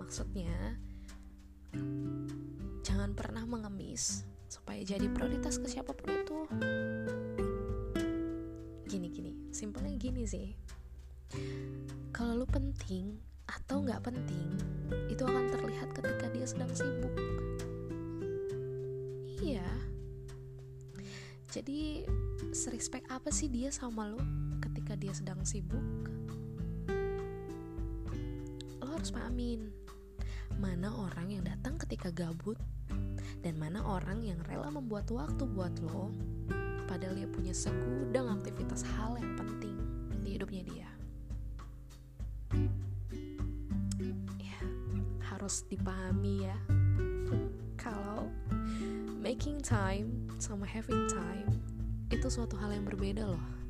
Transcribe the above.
Maksudnya, jangan pernah mengemis supaya jadi prioritas ke siapapun itu. Gini, simpelnya gini sih. Kalau lu penting atau gak penting, itu akan terlihat ketika dia sedang sibuk. Iya. Jadi, serespek apa sih dia sama lu ketika dia sedang sibuk? Lo harus pahamin mana orang yang datang ketika gabut dan mana orang yang rela membuat waktu buat lo, padahal dia punya segudang aktivitas hal yang penting di hidupnya dia. Ya, harus dipahami ya, kalau making time sama having time itu suatu hal yang berbeda loh.